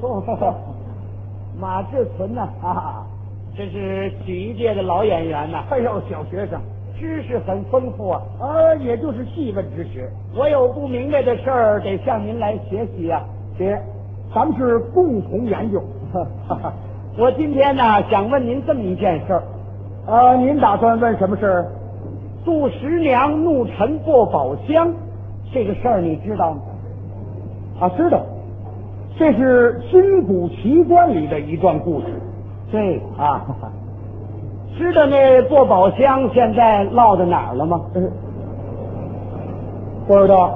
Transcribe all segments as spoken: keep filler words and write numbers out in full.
马志存呐，啊，这是曲艺界的老演员呐。 还有小学生， 知识很丰富啊。 呃，也就是细问之学。 我有不明白的事儿，得向您来学习啊。 学，咱们是共同研究。 我今天呢，想问您这么一件事儿。 呃，您打算问什么事儿？ 杜十娘怒沉过宝箱，这个事儿你知道吗？ 啊，知道。这是金谷奇观里的一段故事。 对啊，知道那过宝箱现在落到哪儿了吗？ 嗯，不知道。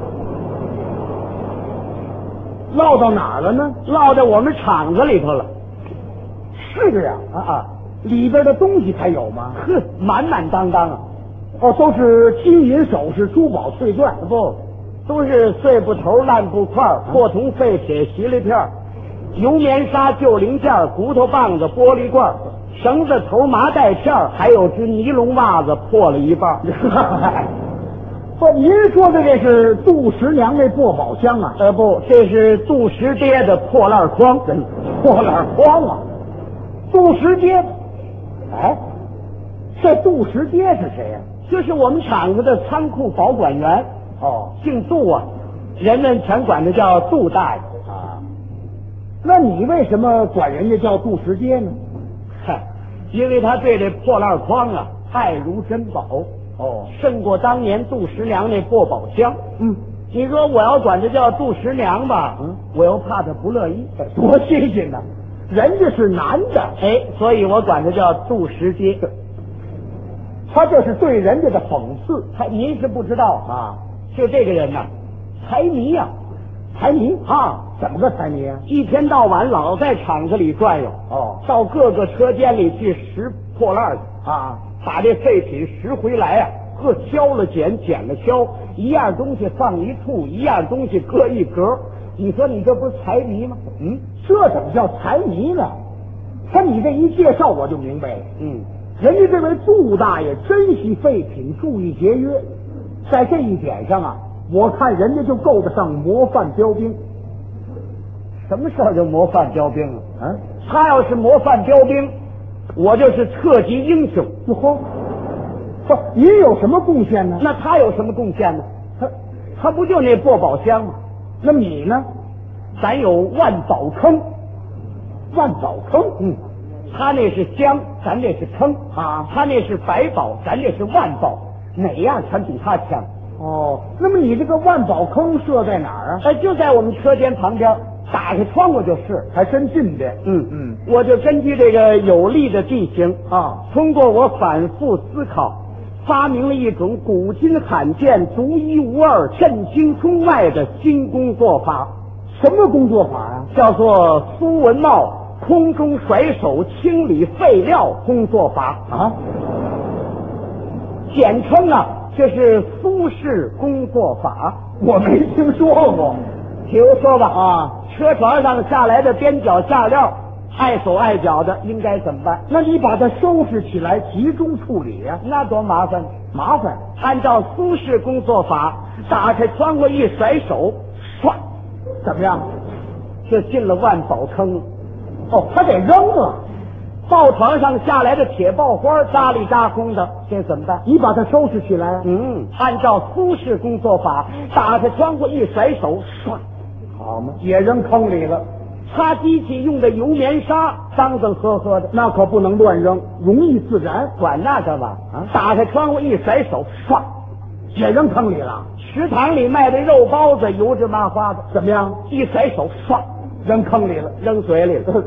落到哪儿了呢？ 落到我们厂子里头了。 是呀，啊啊，里边的东西还有吗？ 呵，满满当当啊！ 哦，都是金银首饰、珠宝翠钻， 不，都是碎布头、烂布块、破铜废铁、锡粒片、油棉纱、旧零件、骨头棒子、玻璃罐、绳子头、麻袋片，还有只尼龙袜子破了一半。 不，您说的这是杜十娘那破宝箱啊？ 呃，不，这是杜十爹的破烂筐。 破烂筐啊！杜十爹，哎，这杜十爹是谁呀、啊？ 就是我们厂子的仓库保管员。 哦， 姓杜啊，人们全管他叫杜大爷啊。那你为什么管人家叫杜十爹呢？ 嗨，因为他对这破烂筐啊爱如珍宝。 哦， 胜过当年杜十娘那破宝箱。 嗯， 你说我要管他叫杜十娘吧，嗯，我又怕他不乐意。 多新鲜呐！人家是男的， 哎，所以我管他叫杜十爹。 他这是对人家的讽刺。 他您是不知道啊， 就这个人呐、啊，财迷呀、 啊，财迷啊， 怎么个财迷啊？ 一天到晚老在厂子里转悠， 哦， 到各个车间里去拾破烂去啊， 把这废品拾回来啊，呵，挑了捡，捡了挑，一样东西放一处，一样东西搁一格。你说你这不是财迷吗？ 嗯，这怎么叫财迷呢？看你这一介绍，我就明白了。 嗯， 人家这位杜大爷珍惜废品，注意节约，在这一点上啊，我看人家就够得上模范标兵。 什么事儿就模范标兵啊？ 嗯， 他要是模范标兵，我就是特级英雄。 嚯，不，您有什么贡献呢？ 那他有什么贡献呢？他他不就那破宝箱吗？ 那你呢？ 咱有万宝坑。 万宝坑， 嗯，他那是箱，咱这是坑啊。 他那是百宝，咱这是万宝，哪样全比他强。 哦，那么你这个万宝坑设在哪儿啊？ 哎，就在我们车间旁边，打开窗户就是， 还真近的。 嗯嗯，我就根据这个有利的地形啊， 通过我反复思考，发明了一种古今罕见、独一无二、震惊中外的新工作法。 什么工作法啊？ 叫做苏文茂空中甩手清理废料工作法啊， 简称啊，这是苏式工作法。 我没听说过。 比如说吧， 啊， 车床上下来的边角下料，碍手碍脚的，应该怎么办？ 那你把它收拾起来，集中处理呀、啊。 那多麻烦！ 麻烦。 按照苏式工作法，打开窗户一甩手，唰， 怎么样？ 就进了万宝坑。 哦，他得扔了。 爆床上下来的铁爆花扎里扎空的，这怎么办？ 你把它收拾起来。 嗯，按照苏式工作法，打开窗户一甩手，唰， 好嘛，也扔坑里了。 擦机器用的油棉纱，脏脏呵呵的， 那可不能乱扔，容易自燃。 管那干嘛？啊，打开窗户一甩手，唰， 也扔坑里了。 食堂里卖的肉包子油脂麻花的， 怎么样？ 一甩手，唰， 扔坑里了， 扔嘴里了。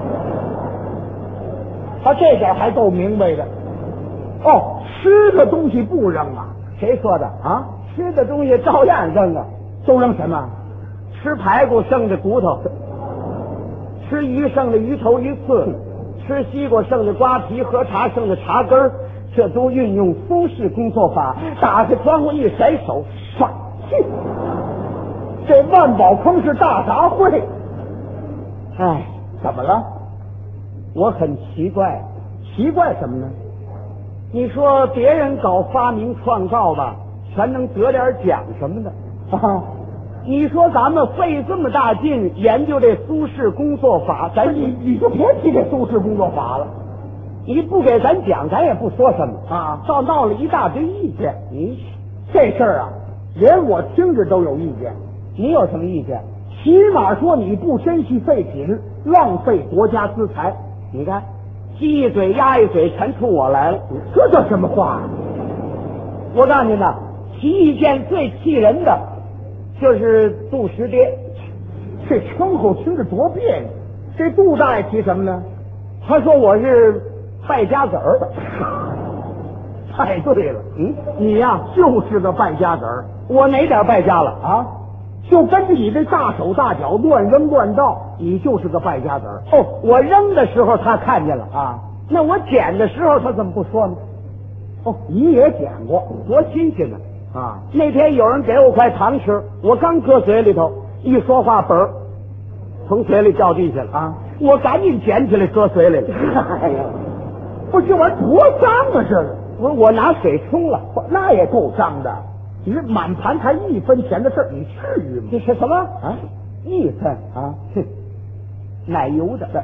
他这点还够明白的。哦，吃的东西不扔啊？ 谁说的啊？ 吃的东西照样扔啊。 都扔什么？ 吃排骨剩的骨头，吃鱼剩的鱼头鱼刺，吃西瓜剩的瓜皮，喝茶剩的茶根儿，这都运用苏式工作法。打开窗户一甩手，唰，去！ 这万宝坑是大杂烩。 哎， 怎么了？ 我很奇怪， 奇怪什么呢？ 你说别人搞发明创造吧，全能得点奖什么的啊， 你说咱们费这么大劲研究这苏轼工作法，咱你你就别提这苏轼工作法了。 你不给咱讲，咱也不说什么啊， 倒闹了一大堆意见。 你这事儿啊，连我听着都有意见。 你有什么意见？ 起码说你不珍惜废品，浪费国家资财。 你看，鸡一嘴鸭一嘴，全冲我来了。 这叫什么话？ 我告诉你呢，提一件最气人的，就是杜十爹。 这称呼听着多别扭。这杜大爷提什么呢？ 他说我是败家子儿。 太对了， 嗯， 你呀、就是个败家子儿。 我哪点败家了啊？就根据你这大手大脚乱扔乱倒，你就是个败家子儿。 哦，我扔的时候他看见了啊， 那我捡的时候他怎么不说呢？ 哦，你也捡过， 多新鲜呢！ 啊， 那天有人给我块糖吃，我刚搁嘴里头，一说话本儿从嘴里掉地下了啊！ 我赶紧捡起来搁嘴里了。 哎呀，不是这玩意儿多脏啊！这个， 我说我拿水冲了， 那也够脏的。你这满盘才一分钱的事儿，你至于吗？ 这是什么啊？ 一分啊？ 哼，奶油的，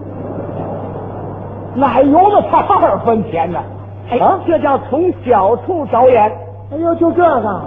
奶油的才二分钱呢。 哎， 啊， 这叫从小处着眼。 哎呦，就这个，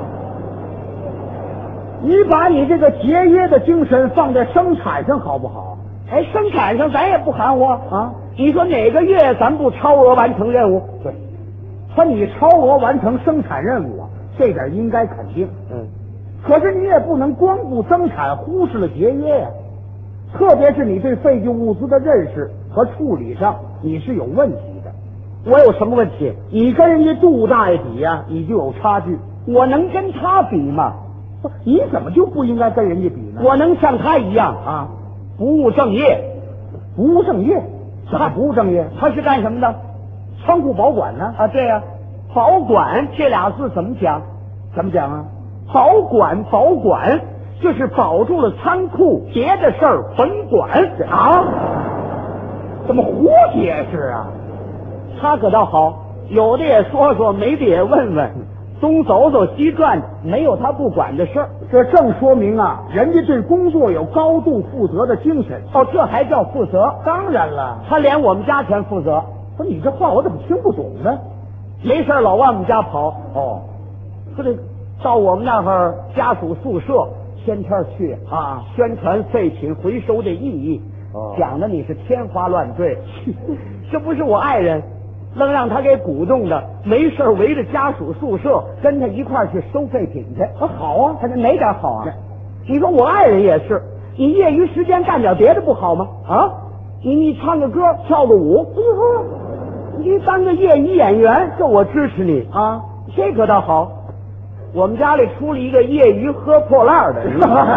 你把你这个节约的精神放在生产上好不好？ 哎，生产上咱也不含糊啊。 你说哪个月咱不超额完成任务？ 对，说你超额完成生产任务啊，这点应该肯定。 嗯， 可是你也不能光顾增产，忽视了节约呀、啊。特别是你对废弃物资的认识和处理上，你是有问题的。 我有什么问题？ 你跟人家杜大爷比呀、啊，你就有差距。 我能跟他比吗？ 你怎么就不应该跟人家比呢？ 我能像他一样啊， 不务正业。 不务正业？怎么不务正业？ 他是干什么的？ 仓库保管呢？ 啊，对呀、啊，保管这俩字怎么讲？ 怎么讲啊？ 保管，保管就是保住了仓库，别的事儿甭管啊？怎么胡解释啊？ 他可倒好，有的也说说，没的也问问，东走走西转，没有他不管的事儿。 这正说明啊，人家对工作有高度负责的精神。 哦，这还叫负责？ 当然了， 他连我们家全负责。 不是你这话我怎么听不懂呢？ 没事老往我们家跑。 哦， 说这到我们那儿家属宿舍，天天去啊， 宣传废品回收的意义。 哦， 讲的你是天花乱坠。这不是我爱人，愣让他给鼓动的，没事围着家属宿舍跟他一块儿去收废品去。 啊，好啊， 他这哪点好啊？你说我爱人也是，你业余时间干点别的不好吗？啊，你你唱个歌，跳个舞，你当个业余演员，这我支持你啊。 这可倒好，我们家里出了一个业余喝破烂的。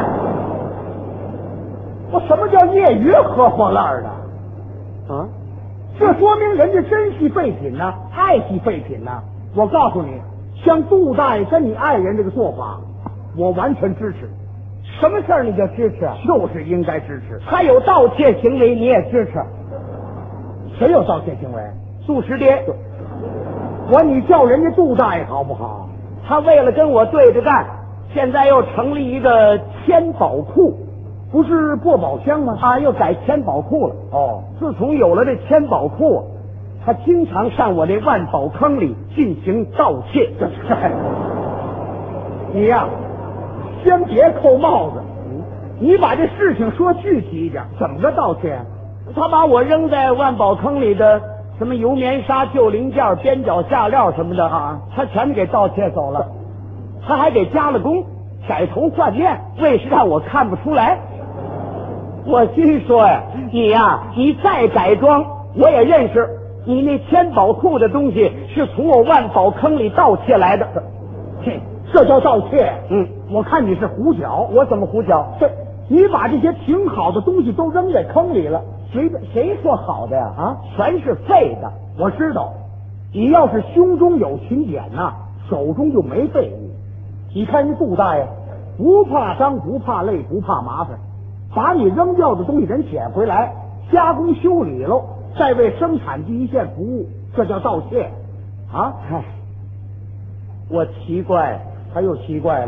我什么叫业余喝破烂的？啊？这说明人家珍惜废品呢、啊，爱惜废品呢、啊。我告诉你，像杜大爷跟你爱人这个做法，我完全支持。 什么事儿你就支持？ 就是应该支持。 他有盗窃行为，你也支持？ 谁有盗窃行为？ 杜十爹。 我你叫人家杜大爷好不好？ 他为了跟我对着干，现在又成立一个千宝库。 不是过宝箱吗？ 啊，又改千宝库了。 哦， 自从有了这千宝库，他经常上我这万宝坑里进行盗窃。 你呀、啊，先别扣帽子，你把这事情说具体一点，怎么个盗窃？ 他把我扔在万宝坑里的什么油棉纱、旧零件、边角下料什么的啊，他全给盗窃走了。他还给加了工，改头换面，为是让我看不出来。我心说呀，你呀、啊，你再改装，我也认识你那千宝库的东西是从我万宝坑里盗窃来的。 嘿，这叫盗窃？ 嗯， 我看你是胡搅。 我怎么胡搅？ 这你把这些挺好的东西都扔在坑里了， 谁谁说好的呀？啊，全是废的。 我知道，你要是胸中有勤俭呐、啊，手中就没废物。你看人杜大爷，不怕脏，不怕累，不怕麻烦。把你扔掉的东西人捡回来，加工修理喽，再为生产第一线服务，这叫盗窃啊！ 唉，我奇怪， 他又奇怪了。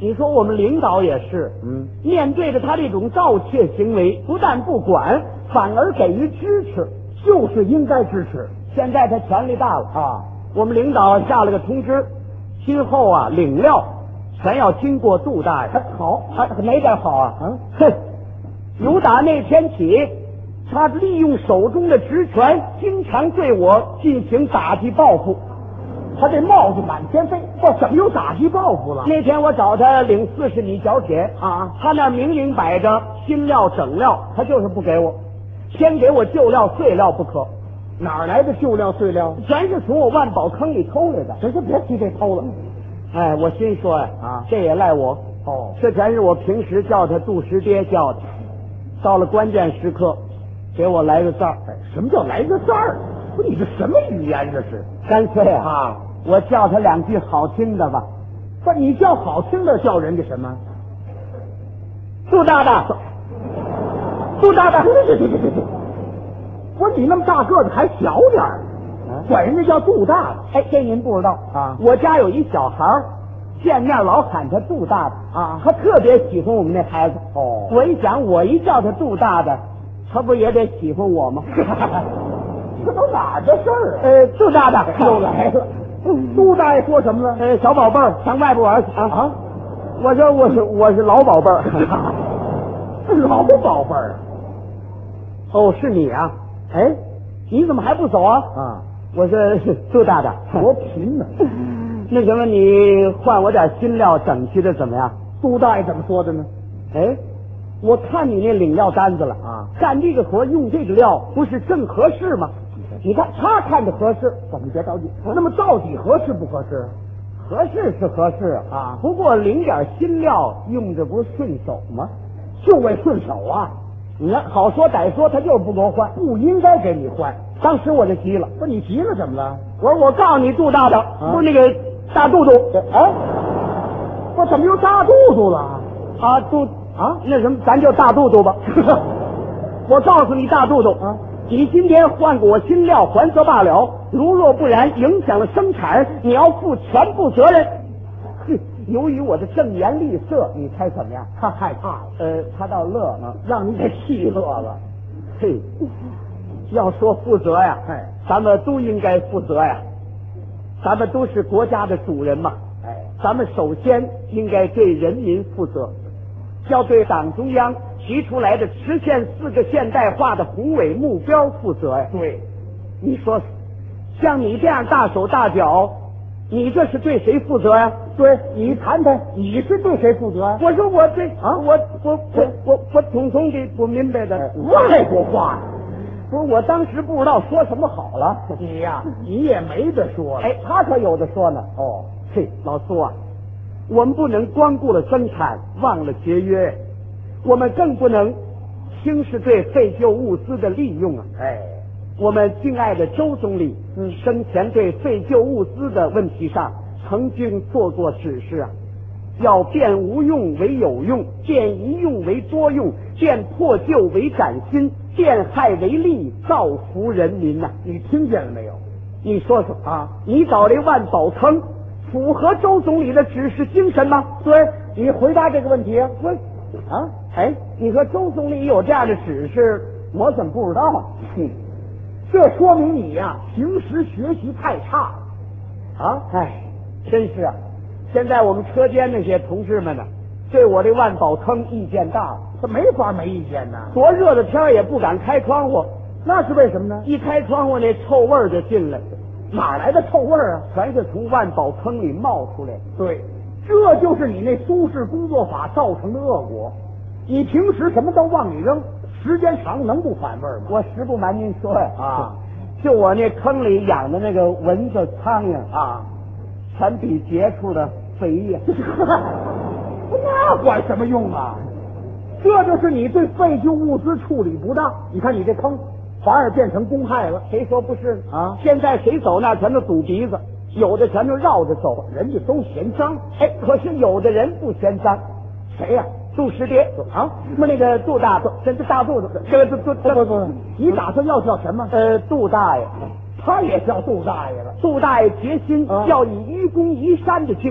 你说我们领导也是， 嗯， 面对着他这种盗窃行为，不但不管，反而给予支持， 就是应该支持。 现在他权力大了啊， 我们领导下了个通知，今后啊领料全要经过杜大爷。 好， 还哪点好啊？ 嗯， 哼，由打那天起，他利用手中的职权，经常对我进行打击报复。 他这帽子满天飞，哦，怎么又打击报复了？ 那天我找他领四十米角铁啊， 他那明明摆着新料整料，他就是不给我，偏给我旧料碎料不可。 哪儿来的旧料碎料？ 全是从我万宝坑里偷来的。 行行，别提这偷了。 哎，我心说呀， 啊， 这也赖我。 哦， 这全是我平时叫他杜十爹叫的，到了关键时刻，给我来个字儿。 哎，什么叫来个字儿？不，你这什么语言这是？ 干脆啊， 啊， 我叫他两句好听的吧。 不，你叫好听的叫人家什么？ 杜大大，杜大大， 对对对对对对。不是你那么大个子还小点儿，管人家叫杜大的。 哎，这您不知道啊？ 我家有一小孩儿，见面老喊他杜大大啊， 他特别喜欢我们那孩子。 哦， 我一想，我一叫他杜大大，他不也得喜欢我吗？ 这都哪儿的事儿啊？ 呃，杜大大又来了。杜大爷说什么了？ 呃，小宝贝儿上外边玩去啊！ 啊， 我说我是我是老宝贝儿， 老宝贝儿。 哦，是你啊？哎，你怎么还不走啊？ 啊， 我说杜大大， 多贫呢。 那什么，你换我点新料整齐的怎么样？ 杜大爷怎么说的呢？ 哎，我看你那领料单子了啊， 干这个活用这个料不是正合适吗？你看他看着合适， 怎么别着急？那么到底合适不合适？ 合适是合适啊， 不过领点新料用着不是顺手吗？ 就为顺手啊！ 你看好说歹说，他就是不给我换， 不应该给你换。 当时我就急了， 不是你急了怎么了？ 我说我告诉你，杜大大， 啊、 不是那个大肚肚， 哎，我怎么又大肚肚了？ 啊肚啊， 那什么，咱就大肚肚吧。我告诉你，大肚肚啊， 你今天换给我新料还则罢了，如若不然影响了生产，你要负全部责任。哼，由于我的正言厉色，你猜怎么样？ 他害怕了。 呃，他倒乐了， 让你给气乐了。 嘿，要说负责呀， 哎， 咱们都应该负责呀。咱们都是国家的主人嘛， 哎， 咱们首先应该对人民负责，要对党中央提出来的实现四个现代化的宏伟目标负责呀。 对， 你说，像你这样大手大脚，你这是对谁负责呀？ 对，你谈谈，你是对谁负责啊？ 我说我这啊， 我我我我我统统的不明白的外国话。 不是，我当时不知道说什么好了。 你呀、啊，你也没得说了。 哎，他可有的说呢。 哦， 嘿，老苏啊，我们不能光顾了生产，忘了节约。我们更不能轻视对废旧物资的利用啊！ 哎， 我们敬爱的周总理， 嗯， 生前对废旧物资的问题上曾经做过指示啊，要变无用为有用，变一用为多用，变破旧为崭新，变害为利，造福人民呐、啊！ 你听见了没有？ 你说说啊， 你找这万宝坑符合周总理的指示精神吗？ 对，你回答这个问题啊。 我啊， 哎，你说周总理有这样的指示，我怎么不知道啊？ 哼，这说明你呀、啊、平时学习太差了啊！ 哎，真是啊！现在我们车间那些同事们呢，对我这万宝坑意见大了， 这没法没意见呢。 多热的天也不敢开窗户， 那是为什么呢？ 一开窗户那臭味儿就进来了。 哪来的臭味儿啊？ 全是从万宝坑里冒出来的。 对，这就是你那苏式工作法造成的恶果。你平时什么都往里扔，时间长了能不反味吗？ 我实不瞒您说呀， 啊， 就我那坑里养的那个蚊子、苍蝇啊， 全比别处的肥呀。 那管什么用啊？这就是你对废旧物资处理不当。你看你这坑反而变成公害了。 谁说不是啊？ 现在谁走那全都堵鼻子，有的全都绕着走， 人家都嫌脏。 哎，可是有的人不嫌脏。 谁呀、啊？ 杜十爹啊， 不那个杜大，这这大肚子，这个杜杜不不不，你打算要叫什么？ 呃，杜大爷， 他也叫杜大爷了。 杜大爷决心要以愚公移山的精神，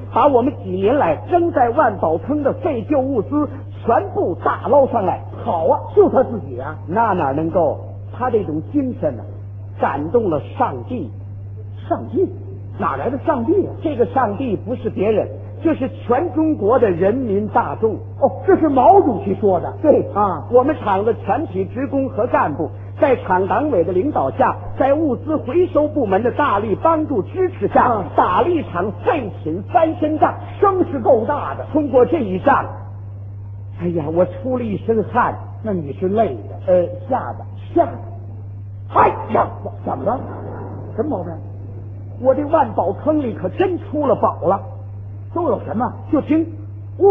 把我们几年来扔在万宝坑的废旧物资全部打捞上来。 好啊，就他自己啊， 那哪能够？他这种精神呢、啊，感动了上帝。 上帝？哪来的上帝啊？ 这个上帝不是别人，就是全中国的人民大众。 哦，这是毛主席说的。 对啊， 我们厂的全体职工和干部，在厂党委的领导下，在物资回收部门的大力帮助支持下，嗯、打了一场废寝翻身仗， 声势够大的。 通过这一仗，哎呀，我出了一身汗。 那你是累的？ 呃，吓的， 吓的。哎呀，怎么了？什么毛病？ 我这万宝坑里可真出了宝了。 都有什么？ 就听，呜，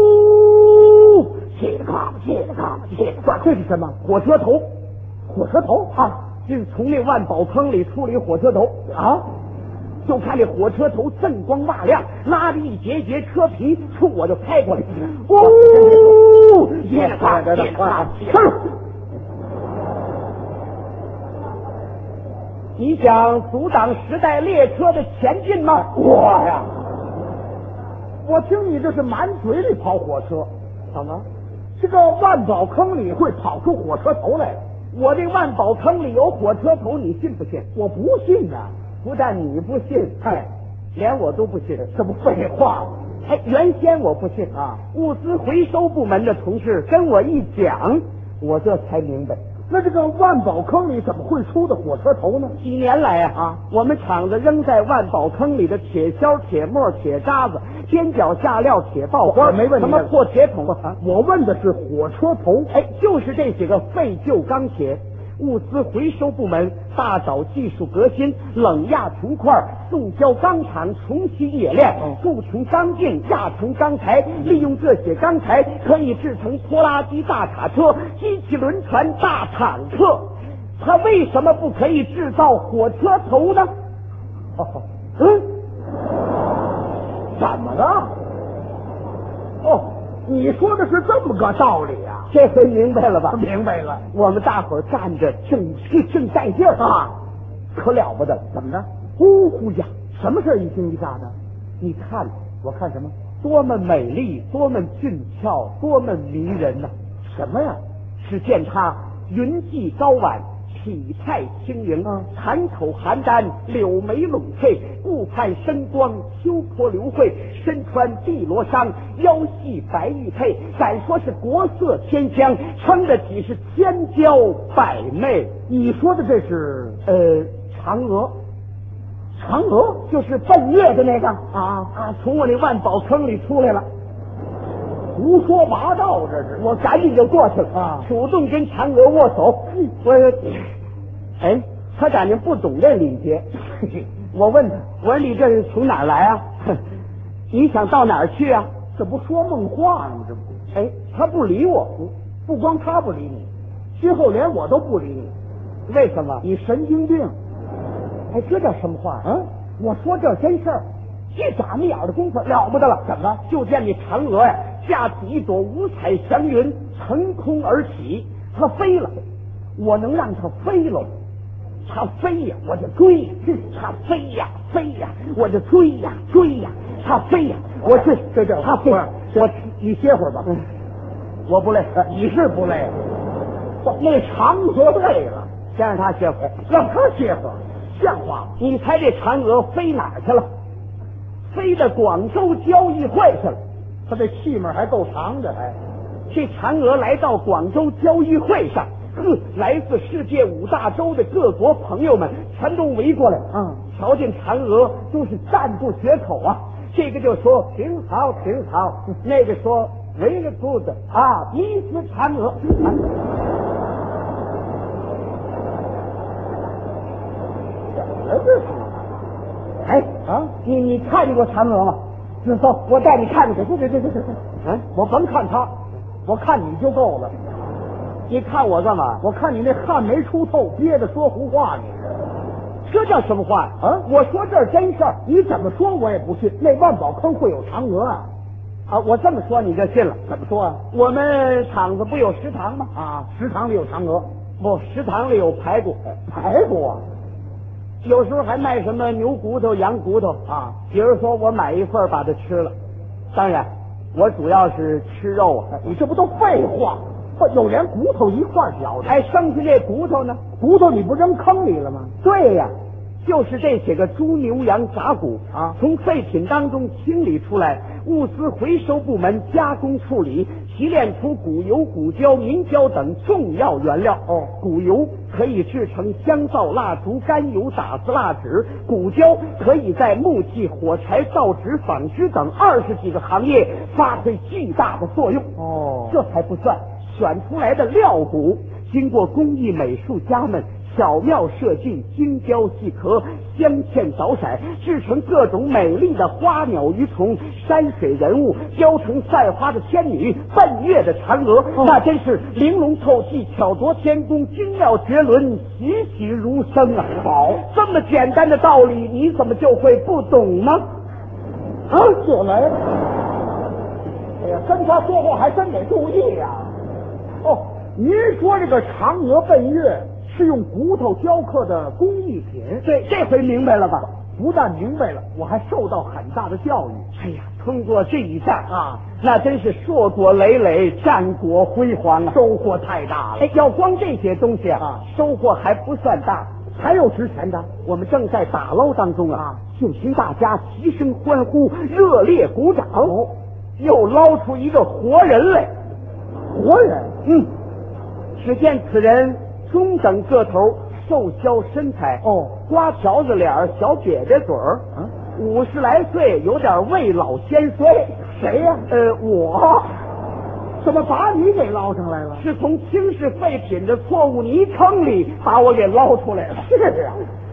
切的咔，切的咔，切的咔， 这是什么？ 火车头， 火车头啊！就从那万宝坑里出了一火车头啊！ 就看这火车头锃光瓦亮，拉着一节节车皮冲我就开过来。呜，切的咔，切的咔，是。你想阻挡时代列车的前进吗？ 我呀！我听你这是满嘴里跑火车， 怎么？ 这个万宝坑里会跑出火车头来？ 我这万宝坑里有火车头，你信不信？ 我不信啊！ 不但你不信， 哎， 连我都不信。 这不废话吗？ 哎，原先我不信啊， 物资回收部门的同事跟我一讲，我这才明白。 那这个万宝坑里怎么会出的火车头呢？ 几年来啊， 啊我们厂子扔在万宝坑里的铁锹、铁末、铁渣子、边角下料、铁爆花， 没问题。 什么破铁桶啊？ 我问的是火车头。 哎，就是这几个废旧钢铁。物资回收部门大找技术革新，冷轧铜块，送交钢厂重新冶炼，铸成钢锭，压成钢材，利用这些钢材可以制成拖拉机、大卡车、机器轮船、大坦克。它为什么不可以制造火车头呢？ 哦、 嗯， 怎么了？哦，你说的是这么个道理呀、啊？ 这回明白了吧？ 明白了。 我们大伙儿站着正正带劲儿啊， 可了不得了。 怎么着？ 呼呼呀！ 什么事一惊一乍的？ 你看， 我看什么？ 多么美丽，多么俊俏，多么迷人呐、啊！ 什么呀？ 只见他云髻高挽，体态轻盈， 嗯， 潭口邯郸，柳眉拢翠，顾盼生光，秋波流慧，身穿碧罗裳，腰系白玉佩，敢说是国色天香，称得起是千娇百媚。 你说的这是呃嫦娥， 嫦娥就是奔月的那个啊啊，从我那万宝坑里出来了。 胡说八道，这是！ 我赶紧就过去了啊， 主动跟嫦娥握手。我，哎，他感觉不懂这礼节。我问他，我说你这是从哪儿来啊？你想到哪儿去啊？ 这不说梦话吗？这不， 哎，他不理我， 不光他不理你，今后连我都不理你。 为什么？ 你神经病！ 哎，这叫什么话？ 嗯， 我说这真事儿。一眨眼的功夫了不得了， 怎么？ 就见你嫦娥呀，架起一朵五彩祥云，腾空而起，它飞了。我能让它飞了，它飞呀，我就追；它飞呀，飞呀，我就追呀，追呀，它飞呀，我追。 这这它飞， 我你歇会儿吧。 嗯，我不累， 你是不累。那嫦娥累了， 先让他歇会儿， 让他歇会儿，像话吗？ 你猜这嫦娥飞哪儿去了？飞到广州交易会去了。 他这气门还够长的，还这嫦娥来到广州交易会上，呵，来自世界五大洲的各国朋友们全都围过来。 嗯， 瞧见嫦娥都是赞不绝口啊。这个就说挺好挺好，那个说 very good 啊，迷死嫦娥。 怎么了这是？ 哎啊， 你你看见过嫦娥吗？子松，我带你看看去。 对对对对对， 嗯， 我甭看他，我看你就够了。 你看我干嘛？ 我看你那汗没出透，憋着说胡话，你这叫什么话啊？ 我说这是真事儿， 你怎么说我也不信。那万宝坑会有嫦娥啊？ 啊，我这么说你就信了？ 怎么说啊？ 我们厂子不有食堂吗？ 啊，食堂里有嫦娥？ 不，食堂里有排骨。 排骨啊？ 有时候还卖什么牛骨头、羊骨头啊。 比如说我买一份把它吃了，当然我主要是吃肉啊。 你这不都废话？不，有连骨头一块嚼的。 哎，剩下这骨头呢？ 骨头你不扔坑里了吗？ 对呀，就是这些个猪牛羊杂骨啊， 从废品当中清理出来，物资回收部门加工处理，提炼出骨油、骨胶、明胶等重要原料。 哦， 骨油可以制成香皂、蜡烛、甘油、打字、蜡纸；骨胶可以在木器、火柴、造纸、纺织等二十几个行业发挥巨大的作用。 哦， 这还不算，选出来的料骨经过工艺美术家们巧妙设计，精雕细刻，镶嵌凿闪，制成各种美丽的花鸟鱼虫、山水人物，雕成赛花的仙女、奔月的嫦娥， 哦、 那真是玲珑透气、巧夺天工、精妙绝伦、栩栩如生啊！好，这么简单的道理，你怎么就会不懂呢？ 啊，这来了！哎呀，跟他说话还真得注意呀、啊！哦，您说这个嫦娥奔月是用骨头雕刻的工艺品？ 对，这回明白了吧？ 不但明白了，我还受到很大的教育。 哎呀，通过这一战啊， 那真是硕果累累，战果辉煌啊， 收获太大了。 哎，要光这些东西啊， 啊收获还不算大， 还有值钱的。 我们正在打捞当中啊，啊就听大家齐声欢呼，热烈鼓掌。 哦， 又捞出一个活人来。 活人？ 嗯，只见此人中等个头，瘦削身材， 哦， 瓜条子脸，小瘪瘪嘴儿， 嗯， 五十来岁，有点未老先衰。 谁呀、啊？ 呃，我。 怎么把你给捞上来了？ 是从轻视废品的错误泥坑里把我给捞出来了。 是啊，